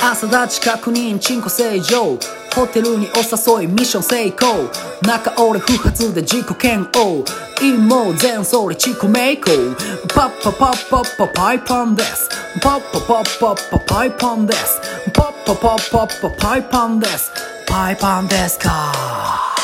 朝立ち確認チンコ正常ホテルにお誘いミッション成功中折れ不発で自己嫌悪陰謀前総理チコメイコパッパパッパッパパイパンですパッパパッパッパパイパンですパッパパッパッパパイパンですパイパンですか